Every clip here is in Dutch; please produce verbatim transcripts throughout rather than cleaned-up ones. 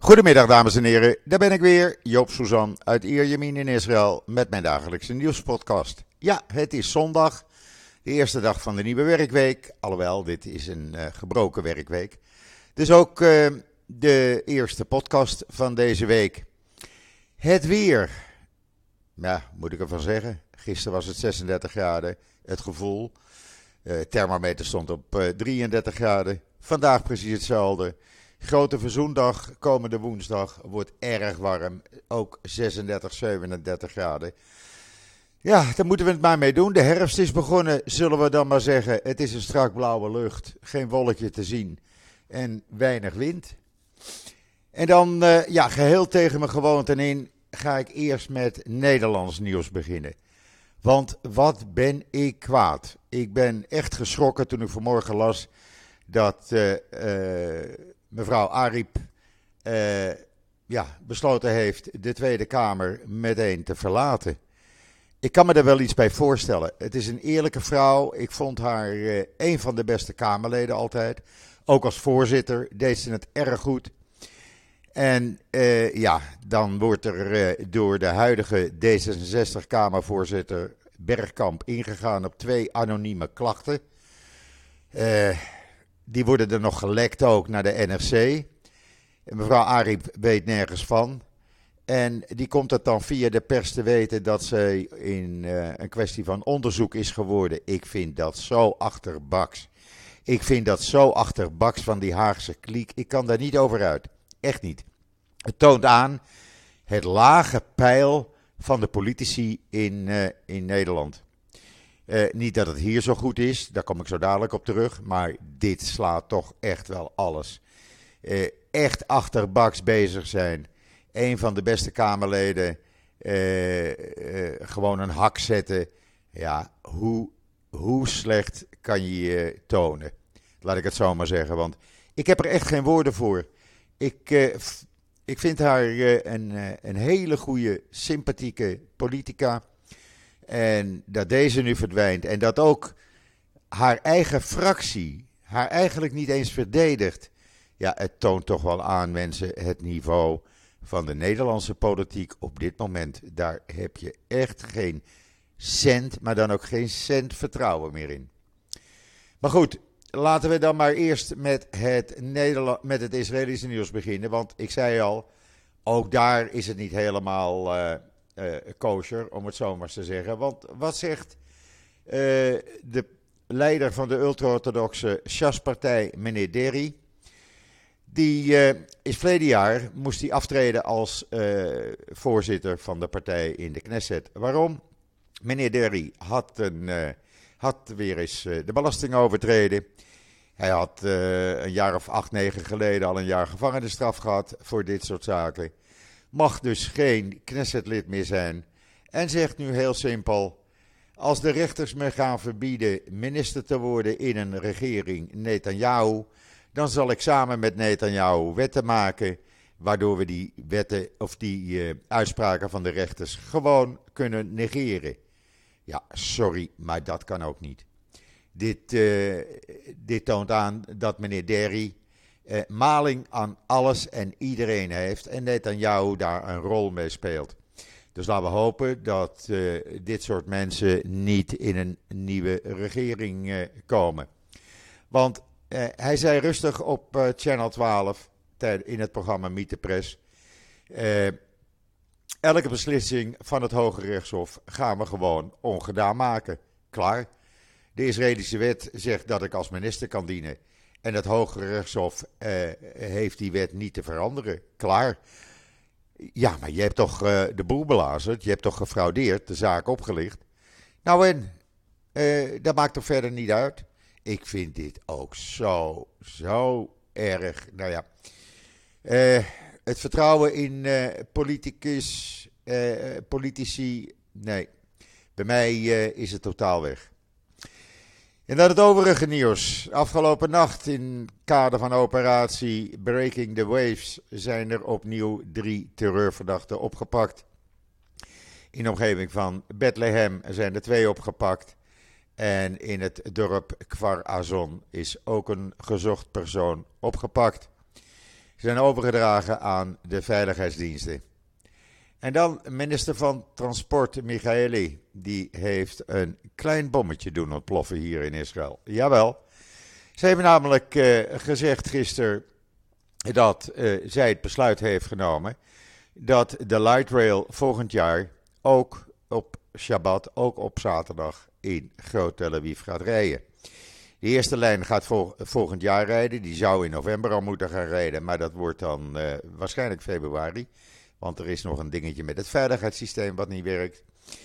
Goedemiddag dames en heren, daar ben ik weer, Joop Suzan uit Ierjemien in Israël met mijn dagelijkse nieuwspodcast. Ja, het is zondag, de eerste dag van de nieuwe werkweek, alhoewel dit is een uh, gebroken werkweek. Dus ook uh, de eerste podcast van deze week. Het weer, ja, moet ik ervan zeggen, gisteren was het zesendertig graden, het gevoel. Uh, thermometer stond op uh, drieëndertig graden, vandaag precies hetzelfde. Grote Verzoendag, komende woensdag, wordt erg warm. Ook zesendertig, zevenendertig graden. Ja, daar moeten we het maar mee doen. De herfst is begonnen, zullen we dan maar zeggen. Het is een strak blauwe lucht, geen wolkje te zien en weinig wind. En dan, uh, ja, geheel tegen mijn gewoonten in, ga ik eerst met Nederlands nieuws beginnen. Want wat ben ik kwaad. Ik ben echt geschrokken toen ik vanmorgen las dat Uh, uh, mevrouw Ariep uh, ja, besloten heeft de Tweede Kamer meteen te verlaten. Ik kan me er wel iets bij voorstellen. Het is een eerlijke vrouw. Ik vond haar uh, een van de beste Kamerleden altijd. Ook als voorzitter deed ze het erg goed. En uh, ja, dan wordt er uh, door de huidige D zesenzestig-Kamervoorzitter Bergkamp ingegaan op twee anonieme klachten. Uh, Die worden er nog gelekt ook naar de N R C. Mevrouw Ariep weet nergens van. En die komt het dan via de pers te weten dat ze in uh, een kwestie van onderzoek is geworden. Ik vind dat zo achterbaks. Ik vind dat zo achterbaks van die Haagse kliek. Ik kan daar niet over uit. Echt niet. Het toont aan het lage peil van de politici in, uh, in Nederland. Uh, niet dat het hier zo goed is, daar kom ik zo dadelijk op terug, maar dit slaat toch echt wel alles. Uh, echt achterbaks bezig zijn. Een van de beste Kamerleden uh, uh, gewoon een hak zetten. Ja, hoe, hoe slecht kan je je tonen? Laat ik het zo maar zeggen, want ik heb er echt geen woorden voor. Ik, uh, f- ik vind haar uh, een, uh, een hele goede, sympathieke politica. En dat deze nu verdwijnt en dat ook haar eigen fractie haar eigenlijk niet eens verdedigt. Ja, het toont toch wel aan, mensen, het niveau van de Nederlandse politiek op dit moment. Daar heb je echt geen cent, maar dan ook geen cent vertrouwen meer in. Maar goed, laten we dan maar eerst met het, Nederla- met het Israëlische nieuws beginnen. Want ik zei al, ook daar is het niet helemaal Uh, Uh, kosher, om het zo maar te zeggen. Want wat zegt uh, de leider van de ultra-orthodoxe Shas-partij, meneer Deri? Die uh, is verleden jaar, moest hij aftreden als uh, voorzitter van de partij in de Knesset. Waarom? Meneer Deri had, een, uh, had weer eens uh, de belasting overtreden. Hij had uh, een jaar of acht, negen geleden al een jaar gevangenisstraf gehad voor dit soort zaken. Mag dus geen Knessetlid meer zijn. En zegt nu heel simpel: als de rechters me gaan verbieden minister te worden in een regering Netanyahu, dan zal ik samen met Netanyahu wetten maken, waardoor we die wetten of die uh, uitspraken van de rechters gewoon kunnen negeren. Ja, sorry, maar dat kan ook niet. Dit, uh, dit toont aan dat meneer Deri Uh, maling aan alles en iedereen heeft en Netanyahu daar een rol mee speelt. Dus laten we hopen dat uh, dit soort mensen niet in een nieuwe regering uh, komen. Want uh, hij zei rustig op uh, Channel twaalf in het programma Meet the Press: Uh, elke beslissing van het Hoge Rechtshof gaan we gewoon ongedaan maken. Klaar. De Israëlische wet zegt dat ik als minister kan dienen. En het Hoge Rechtshof uh, heeft die wet niet te veranderen. Klaar. Ja, maar je hebt toch uh, de boel belazerd. Je hebt toch gefraudeerd, de zaak opgelicht. Nou en, uh, dat maakt toch verder niet uit. Ik vind dit ook zo, zo erg. Nou ja, uh, het vertrouwen in uh, politicus, uh, politici, nee. Bij mij uh, is het totaal weg. En dan het overige nieuws. Afgelopen nacht in kader van operatie Breaking the Waves zijn er opnieuw drie terreurverdachten opgepakt. In de omgeving van Bethlehem zijn er twee opgepakt. En in het dorp Kfar Azon is ook een gezocht persoon opgepakt. zijn overgedragen aan de veiligheidsdiensten. En dan minister van Transport Michaeli, die heeft een klein bommetje doen ontploffen hier in Israël. Jawel, ze hebben namelijk uh, gezegd gisteren dat uh, zij het besluit heeft genomen dat de light rail volgend jaar ook op Shabbat, ook op zaterdag in Groot Tel Aviv gaat rijden. De eerste lijn gaat vol, volgend jaar rijden, die zou in november al moeten gaan rijden, maar dat wordt dan uh, waarschijnlijk februari. Want er is nog een dingetje met het veiligheidssysteem wat niet werkt.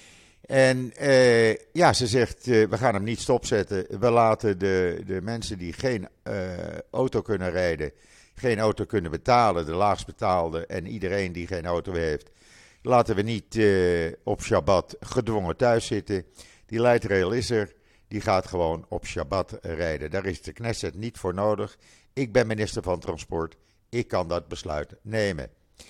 En uh, ja, ze zegt, uh, we gaan hem niet stopzetten. We laten de, de mensen die geen uh, auto kunnen rijden, geen auto kunnen betalen, de laagst betaalde en iedereen die geen auto heeft, laten we niet uh, op Shabbat gedwongen thuis zitten. Die light rail is er, die gaat gewoon op Shabbat rijden. Daar is de Knesset niet voor nodig. Ik ben minister van Transport, ik kan dat besluit nemen.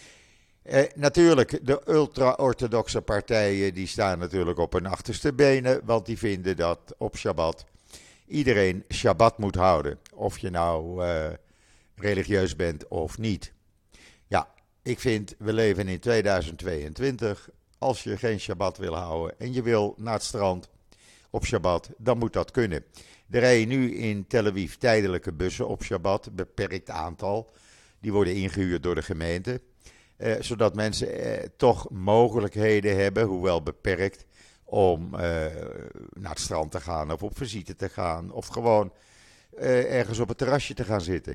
Eh, natuurlijk, de ultra-orthodoxe partijen die staan natuurlijk op hun achterste benen, want die vinden dat op Shabbat iedereen Shabbat moet houden. Of je nou uh, religieus bent of niet. Ja, ik vind, we leven in tweeduizend tweeëntwintig. Als je geen Shabbat wil houden en je wil naar het strand op Shabbat, dan moet dat kunnen. Er rijden nu in Tel Aviv tijdelijke bussen op Shabbat, beperkt aantal. Die worden ingehuurd door de gemeente. Uh, zodat mensen uh, toch mogelijkheden hebben, hoewel beperkt, om uh, naar het strand te gaan of op visite te gaan of gewoon uh, ergens op het terrasje te gaan zitten.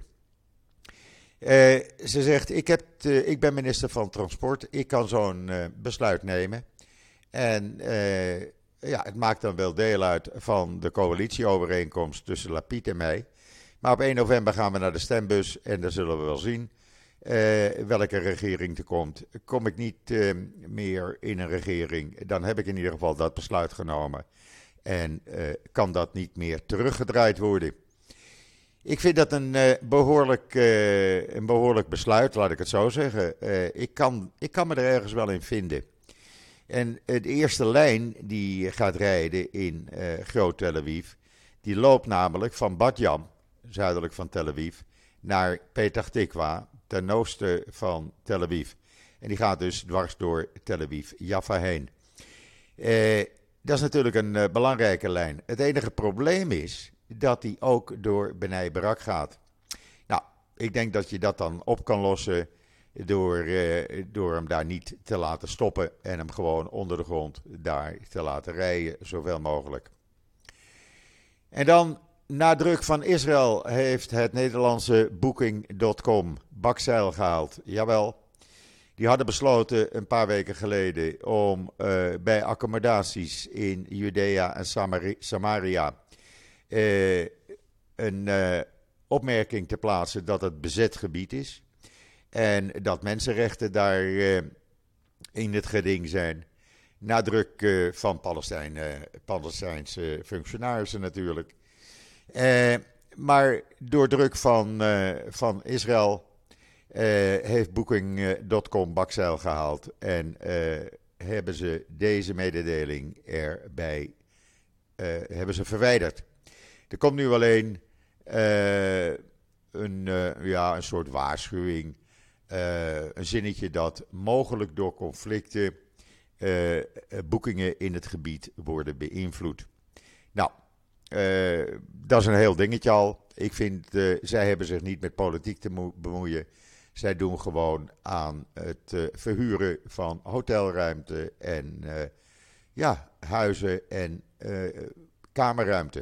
Uh, ze zegt, ik, heb uh, ik ben minister van Transport, ik kan zo'n uh, besluit nemen. En uh, ja, het maakt dan wel deel uit van de coalitieovereenkomst tussen Lapid en mij. Maar op één november gaan we naar de stembus en dan zullen we wel zien Uh, welke regering er komt. Kom ik niet uh, meer in een regering, dan heb ik in ieder geval dat besluit genomen. En uh, kan dat niet meer teruggedraaid worden. Ik vind dat een, uh, behoorlijk, uh, een behoorlijk besluit, laat ik het zo zeggen. Uh, ik, kan, ik kan me er ergens wel in vinden. En uh, de eerste lijn die gaat rijden in uh, Groot Tel Aviv, die loopt namelijk van Bat Yam, zuidelijk van Tel Aviv, naar Petach Tikwa, ten oosten van Tel Aviv. En die gaat dus dwars door Tel Aviv-Jaffa heen. Eh, dat is natuurlijk een uh, belangrijke lijn. Het enige probleem is dat die ook door Bnei Brak gaat. Nou, ik denk dat je dat dan op kan lossen door, uh, door hem daar niet te laten stoppen en hem gewoon onder de grond daar te laten rijden, zoveel mogelijk. En dan, na druk van Israël, heeft het Nederlandse Booking punt com bakzeil gehaald. Jawel, die hadden besloten een paar weken geleden om uh, bij accommodaties in Judea en Samari- Samaria uh, een uh, opmerking te plaatsen dat het bezet gebied is. En dat mensenrechten daar uh, in het geding zijn. Na druk uh, van Palestijn, uh, Palestijnse functionarissen natuurlijk. Uh, maar door druk van, uh, van Israël uh, heeft Booking punt com bakzeil gehaald. En uh, hebben ze deze mededeling erbij uh, hebben ze verwijderd. Er komt nu alleen uh, een, uh, ja, een soort waarschuwing. Uh, een zinnetje dat mogelijk door conflicten uh, boekingen in het gebied worden beïnvloed. Nou, uh, dat is een heel dingetje al. Ik vind, uh, zij hebben zich niet met politiek te mo- bemoeien. Zij doen gewoon aan het uh, verhuren van hotelruimte en uh, ja, huizen en uh, kamerruimte.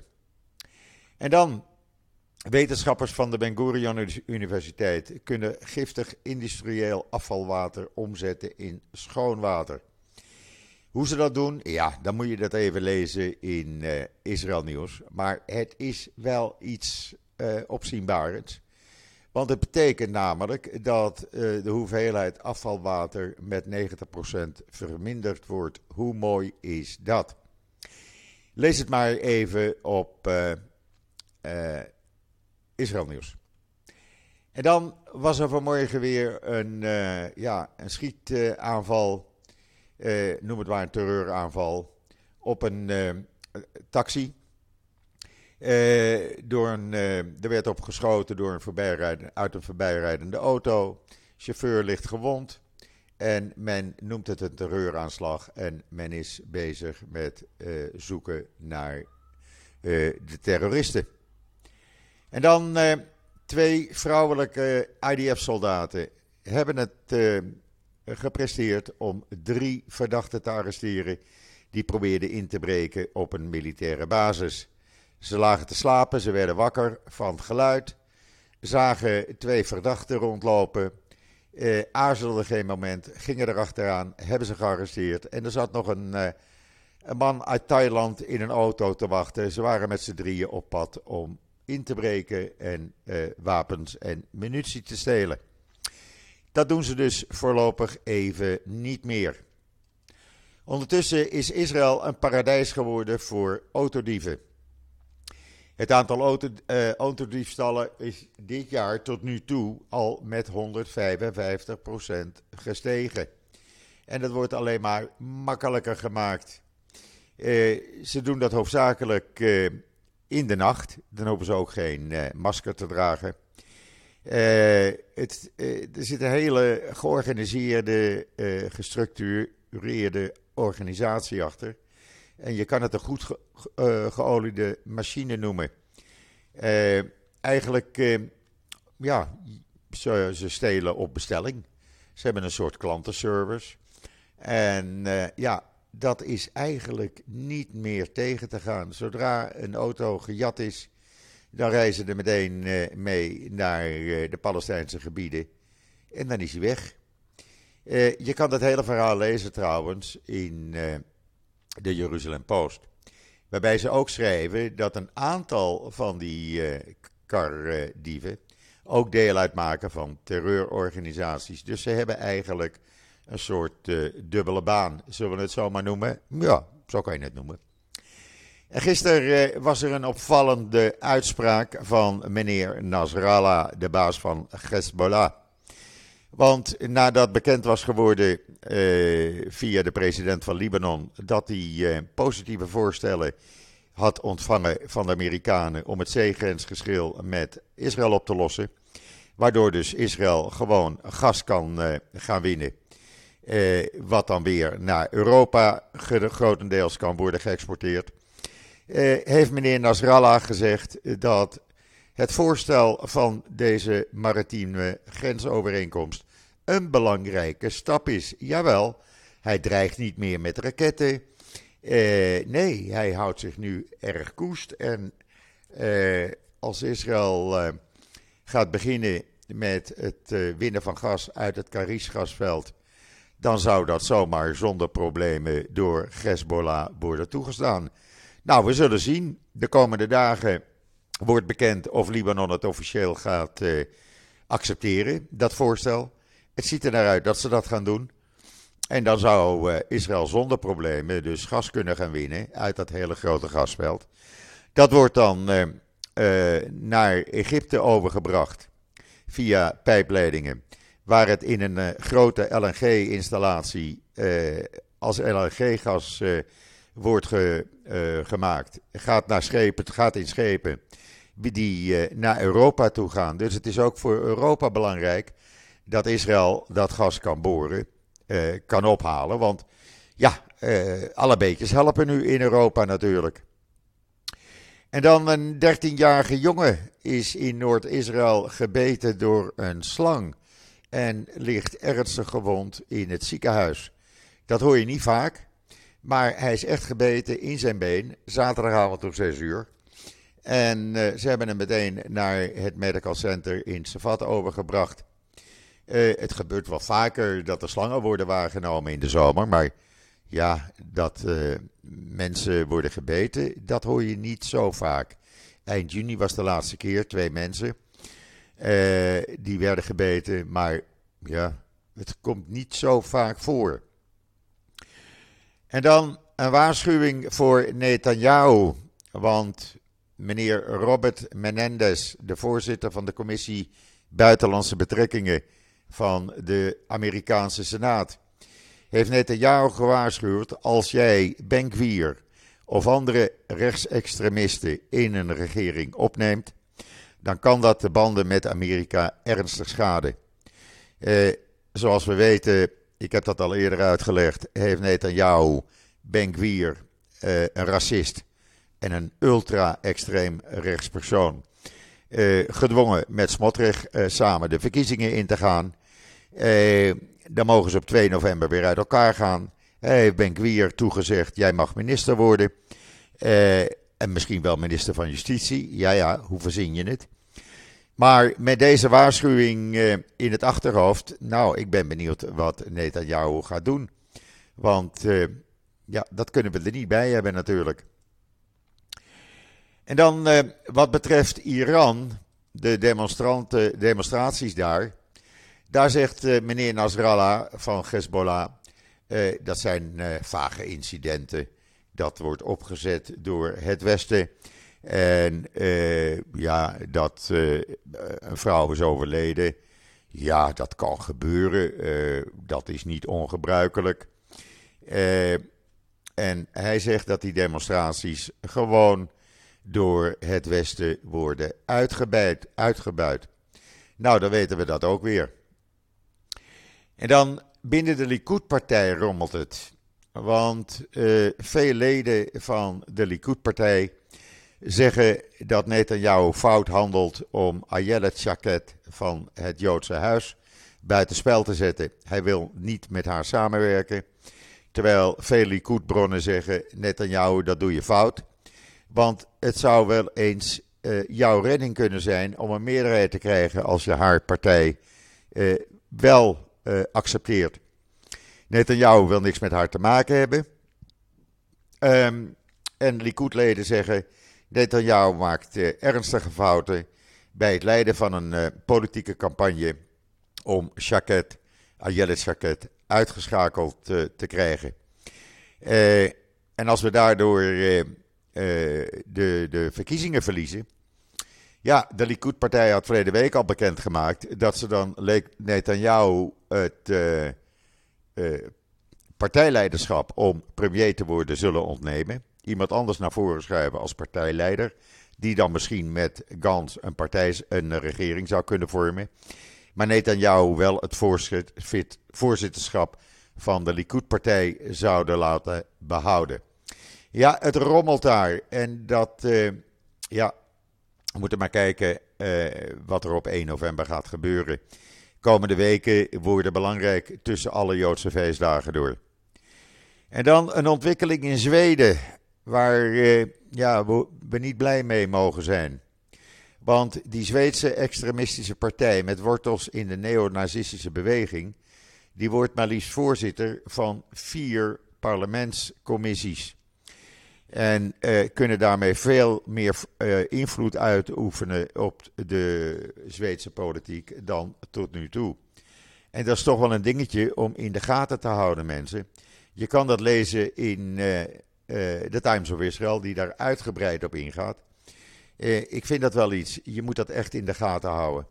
En dan, wetenschappers van de Ben Gurion Universiteit kunnen giftig industrieel afvalwater omzetten in schoon water. Hoe ze dat doen, ja, dan moet je dat even lezen in uh, Israël Nieuws. Maar het is wel iets uh, opzienbarends. Want het betekent namelijk dat uh, de hoeveelheid afvalwater met negentig procent verminderd wordt. Hoe mooi is dat? Lees het maar even op uh, uh, Israël Nieuws. En dan was er vanmorgen weer een, uh, ja, een schietaanval, uh, noem het maar een terreuraanval, op een uh, taxi. Uh, door een, uh, er werd op geschoten door een voorbijrijden, uit een voorbijrijdende auto. Chauffeur ligt gewond. En men noemt het een terreuraanslag. En men is bezig met uh, zoeken naar uh, de terroristen. En dan uh, twee vrouwelijke I D F-soldaten hebben het uh, gepresteerd om drie verdachten te arresteren die probeerden in te breken op een militaire basis. Ze lagen te slapen, ze werden wakker van het geluid, zagen twee verdachten rondlopen, eh, aarzelden geen moment, gingen erachteraan, hebben ze gearresteerd. En er zat nog een, eh, een man uit Thailand in een auto te wachten. Ze waren met z'n drieën op pad om in te breken en eh, wapens en munitie te stelen. Dat doen ze dus voorlopig even niet meer. Ondertussen is Israël een paradijs geworden voor autodieven. Het aantal auto, uh, autodiefstallen is dit jaar tot nu toe al met honderdvijfenvijftig procent gestegen. En dat wordt alleen maar makkelijker gemaakt. Uh, ze doen dat hoofdzakelijk uh, in de nacht. Dan hoeven ze ook geen uh, masker te dragen. Uh, het, uh, er zit een hele georganiseerde, uh, gestructureerde organisatie achter. En je kan het een goed ge, uh, geoliede machine noemen. Uh, eigenlijk, uh, ja, ze, ze stelen op bestelling. Ze hebben een soort klantenservice. En uh, ja, dat is eigenlijk niet meer tegen te gaan. Zodra een auto gejat is, dan reizen ze er meteen uh, mee naar uh, de Palestijnse gebieden. En dan is hij weg. Uh, je kan dat hele verhaal lezen trouwens in uh, de Jeruzalem Post. Waarbij ze ook schrijven dat een aantal van die uh, kardieven ook deel uitmaken van terreurorganisaties. Dus ze hebben eigenlijk een soort uh, dubbele baan. Zullen we het zo maar noemen? Ja, zo kan je het noemen. En gisteren uh, was er een opvallende uitspraak van meneer Nasrallah, de baas van Hezbollah. Want nadat bekend was geworden uh, via de president van Libanon dat hij uh, positieve voorstellen had ontvangen van de Amerikanen om het zeegrensgeschil met Israël op te lossen, waardoor dus Israël gewoon gas kan uh, gaan winnen, uh, wat dan weer naar Europa grotendeels kan worden geëxporteerd, uh, heeft meneer Nasrallah gezegd dat het voorstel van deze maritieme grensovereenkomst een belangrijke stap is. Jawel, hij dreigt niet meer met raketten. Uh, nee, hij houdt zich nu erg koest. En uh, als Israël uh, gaat beginnen met het uh, winnen van gas uit het Karish-gasveld, dan zou dat zomaar zonder problemen door Hezbollah worden toegestaan. Nou, we zullen zien. De komende dagen wordt bekend of Libanon het officieel gaat uh, accepteren, dat voorstel. Het ziet er naar uit dat ze dat gaan doen. En dan zou uh, Israël zonder problemen dus gas kunnen gaan winnen uit dat hele grote gasveld. Dat wordt dan uh, uh, naar Egypte overgebracht via pijpleidingen, waar het in een uh, grote L N G-installatie uh, als L N G-gas uh, wordt ge, uh, gemaakt. Gaat naar schepen, het gaat in schepen die uh, naar Europa toe gaan. Dus het is ook voor Europa belangrijk dat Israël dat gas kan boren, uh, kan ophalen. Want ja, uh, alle beetjes helpen nu in Europa natuurlijk. En dan een dertienjarige jongen is in Noord-Israël gebeten door een slang en ligt ernstig gewond in het ziekenhuis. Dat hoor je niet vaak, maar hij is echt gebeten in zijn been, zaterdagavond om zes uur. En uh, ze hebben hem meteen naar het medical center in Safat overgebracht. Uh, het gebeurt wel vaker dat er slangen worden waargenomen in de zomer, maar ja, dat uh, mensen worden gebeten, dat hoor je niet zo vaak. Eind juni was de laatste keer, twee mensen, uh, die werden gebeten, maar ja, het komt niet zo vaak voor. En dan een waarschuwing voor Netanyahu, want meneer Robert Menendez, de voorzitter van de commissie Buitenlandse Betrekkingen van de Amerikaanse Senaat, heeft Netanyahu gewaarschuwd: als jij Ben-Gvir of andere rechtsextremisten in een regering opneemt, dan kan dat de banden met Amerika ernstig schaden. Eh, zoals we weten, ik heb dat al eerder uitgelegd, heeft Netanyahu Ben-Gvir, eh, een racist en een ultra-extreem rechtspersoon, eh, gedwongen met Smotrich eh, samen de verkiezingen in te gaan. Eh, dan mogen ze op twee november weer uit elkaar gaan. Hij heeft Ben-Gvir toegezegd, jij mag minister worden. Eh, en misschien wel minister van Justitie. Ja, ja, hoe verzin je het? Maar met deze waarschuwing eh, in het achterhoofd, nou, ik ben benieuwd wat Netanyahu gaat doen. Want eh, ja, dat kunnen we er niet bij hebben natuurlijk. En dan eh, wat betreft Iran, de demonstranten, demonstraties daar. Daar zegt uh, meneer Nasrallah van Hezbollah, uh, dat zijn uh, vage incidenten. Dat wordt opgezet door het Westen. En uh, ja, dat uh, een vrouw is overleden. Ja, dat kan gebeuren. Uh, dat is niet ongebruikelijk. Uh, en hij zegt dat die demonstraties gewoon door het Westen worden uitgebuit. uitgebuit. Nou, dan weten we dat ook weer. En dan binnen de Likud-partij rommelt het. Want uh, veel leden van de Likud-partij zeggen dat Netanyahu fout handelt om Ayelet Shaked van het Joodse Huis buitenspel te zetten. Hij wil niet met haar samenwerken. Terwijl veel Likud-bronnen zeggen, Netanyahu, dat doe je fout. Want het zou wel eens uh, jouw redding kunnen zijn om een meerderheid te krijgen als je haar partij uh, wel Uh, accepteert. Netanyahu wil niks met haar te maken hebben. Um, en Likud-leden zeggen, Netanyahu maakt uh, ernstige fouten bij het leiden van een uh, politieke campagne om Shaked, Ayelet Shaked, uitgeschakeld uh, te krijgen. Uh, en als we daardoor uh, uh, de, de verkiezingen verliezen. Ja, de Likud-partij had verleden week al bekendgemaakt dat ze dan Netanyahu het uh, uh, partijleiderschap om premier te worden zullen ontnemen. Iemand anders naar voren schuiven als partijleider, die dan misschien met Gantz een, partij, een regering zou kunnen vormen. Maar Netanyahu wel het voorzitterschap van de Likud-partij zouden laten behouden. Ja, het rommelt daar en dat, uh, ja... We moeten maar kijken uh, wat er op één november gaat gebeuren. Komende weken worden belangrijk tussen alle Joodse feestdagen door. En dan een ontwikkeling in Zweden, waar uh, ja, we, we niet blij mee mogen zijn. Want die Zweedse extremistische partij met wortels in de neonazistische beweging, die wordt maar liefst voorzitter van vier parlementscommissies. En uh, kunnen daarmee veel meer uh, invloed uitoefenen op de Zweedse politiek dan tot nu toe. En dat is toch wel een dingetje om in de gaten te houden, mensen. Je kan dat lezen in uh, uh, de Times of Israel, die daar uitgebreid op ingaat. Uh, ik vind dat wel iets. Je moet dat echt in de gaten houden.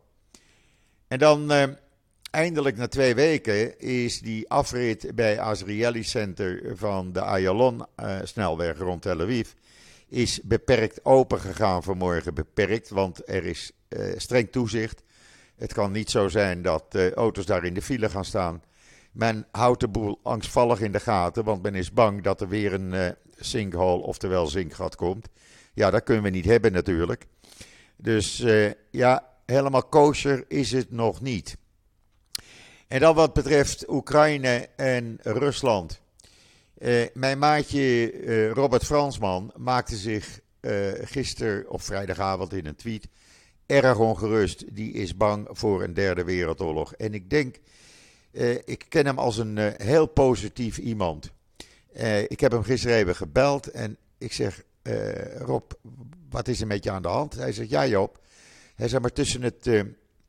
En dan uh, eindelijk na twee weken is die afrit bij Azrieli Center van de Ayalon-snelweg rond Tel Aviv is beperkt open gegaan vanmorgen. Beperkt, want er is uh, streng toezicht. Het kan niet zo zijn dat uh, auto's daar in de file gaan staan. Men houdt de boel angstvallig in de gaten, want men is bang dat er weer een uh, sinkhole, oftewel zinkgat komt. Ja, dat kunnen we niet hebben natuurlijk. Dus uh, ja, helemaal kosher is het nog niet. En dan wat betreft Oekraïne en Rusland. Uh, mijn maatje uh, Robert Fransman maakte zich uh, gisteren of vrijdagavond in een tweet erg ongerust. Die is bang voor een derde wereldoorlog. En ik denk, uh, ik ken hem als een uh, heel positief iemand. Uh, ik heb hem gisteren even gebeld en ik zeg, uh, Rob, wat is er met je aan de hand? Hij zegt, ja Job. Hij zegt, maar tussen het... Uh,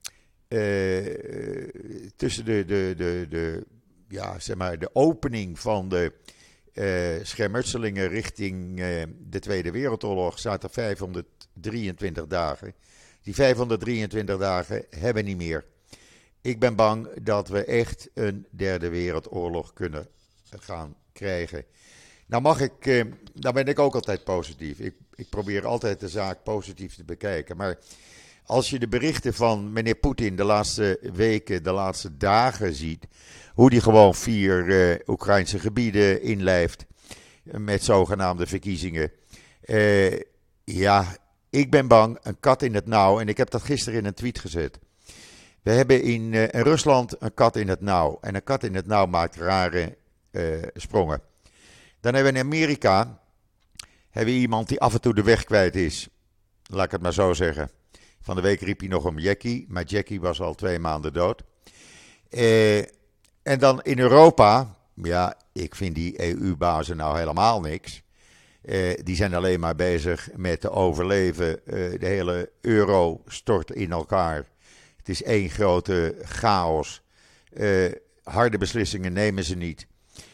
Uh, tussen de, de, de, de, ja, zeg maar de opening van de uh, schermutselingen richting uh, de Tweede Wereldoorlog zaten vijfhonderddrieëntwintig dagen. Die vijfhonderddrieëntwintig dagen hebben we niet meer. Ik ben bang dat we echt een derde wereldoorlog kunnen gaan krijgen. Nou mag ik, eh, nou ben ik ook altijd positief. Ik, ik probeer altijd de zaak positief te bekijken. Maar als je de berichten van meneer Poetin de laatste weken, de laatste dagen ziet, hoe die gewoon vier uh, Oekraïnse gebieden inlijft met zogenaamde verkiezingen. Uh, ja, ik ben bang, een kat in het nauw. En ik heb dat gisteren in een tweet gezet. We hebben in, uh, in Rusland een kat in het nauw. En een kat in het nauw maakt rare uh, sprongen. Dan hebben we in Amerika hebben we iemand die af en toe de weg kwijt is. Laat ik het maar zo zeggen. Van de week riep hij nog om Jackie, maar Jackie was al twee maanden dood. Uh, en dan in Europa, ja, ik vind die E U-bazen nou helemaal niks. Uh, die zijn alleen maar bezig met te overleven. Uh, de hele euro stort in elkaar. Het is één grote chaos. Uh, harde beslissingen nemen ze niet.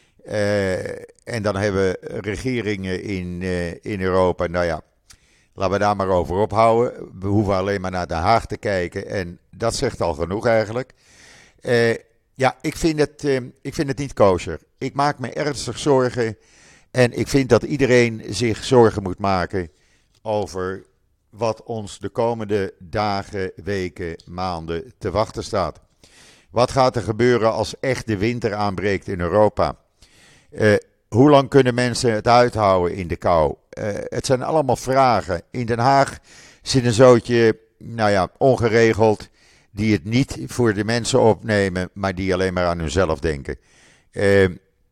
Uh, en dan hebben we regeringen in, uh, in Europa. Nou ja, laten we daar maar over ophouden. We hoeven alleen maar naar Den Haag te kijken. En dat zegt al genoeg eigenlijk. Uh, ja, ik vind, het, uh, ik vind het niet kosher. Ik maak me ernstig zorgen. En ik vind dat iedereen zich zorgen moet maken over wat ons de komende dagen, weken, maanden te wachten staat. Wat gaat er gebeuren als echt de winter aanbreekt in Europa? Uh, hoe lang kunnen mensen het uithouden in de kou? Uh, het zijn allemaal vragen. In Den Haag zit een zootje, nou ja, ongeregeld, die het niet voor de mensen opnemen, maar die alleen maar aan hunzelf denken. Uh,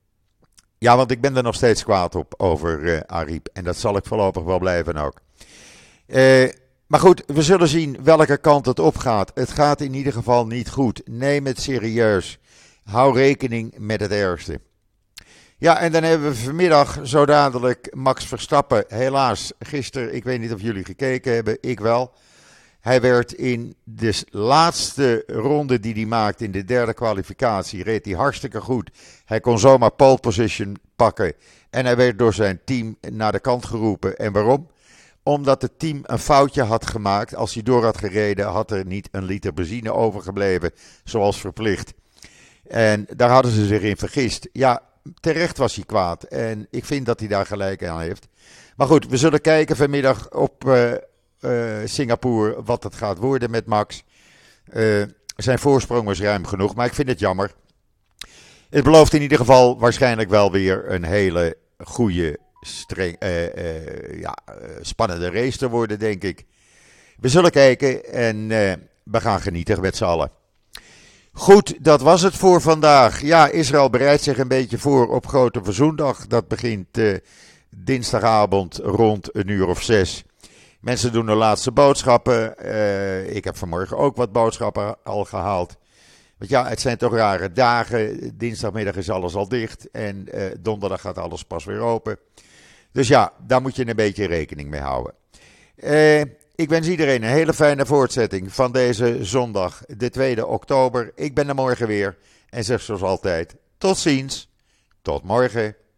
ja, want ik ben er nog steeds kwaad op over uh, Ariep. En dat zal ik voorlopig wel blijven ook. Uh, maar goed, we zullen zien welke kant het opgaat. Het gaat in ieder geval niet goed. Neem het serieus. Hou rekening met het ergste. Ja, en dan hebben we vanmiddag zo dadelijk Max Verstappen. Helaas, gisteren, ik weet niet of jullie gekeken hebben, ik wel. Hij werd in de laatste ronde die hij maakte, in de derde kwalificatie, reed hij hartstikke goed. Hij kon zomaar pole position pakken en hij werd door zijn team naar de kant geroepen. En waarom? Omdat het team een foutje had gemaakt. Als hij door had gereden, had er niet een liter benzine overgebleven, zoals verplicht. En daar hadden ze zich in vergist. Ja, terecht was hij kwaad. En ik vind dat hij daar gelijk aan heeft. Maar goed, we zullen kijken vanmiddag op uh, uh, Singapore wat het gaat worden met Max. Uh, zijn voorsprong was ruim genoeg, maar ik vind het jammer. Het belooft in ieder geval waarschijnlijk wel weer een hele goede, streng, uh, uh, ja, uh, spannende race te worden, denk ik. We zullen kijken en uh, we gaan genieten met z'n allen. Goed, dat was het voor vandaag. Ja, Israël bereidt zich een beetje voor op Grote Verzoendag. Dat begint uh, dinsdagavond rond een uur of zes. Mensen doen de laatste boodschappen. Uh, ik heb vanmorgen ook wat boodschappen al gehaald. Want ja, het zijn toch rare dagen. Dinsdagmiddag is alles al dicht en uh, donderdag gaat alles pas weer open. Dus ja, daar moet je een beetje rekening mee houden. Uh, Ik wens iedereen een hele fijne voortzetting van deze zondag, de tweede oktober. Ik ben er morgen weer en zeg zoals altijd, tot ziens, tot morgen.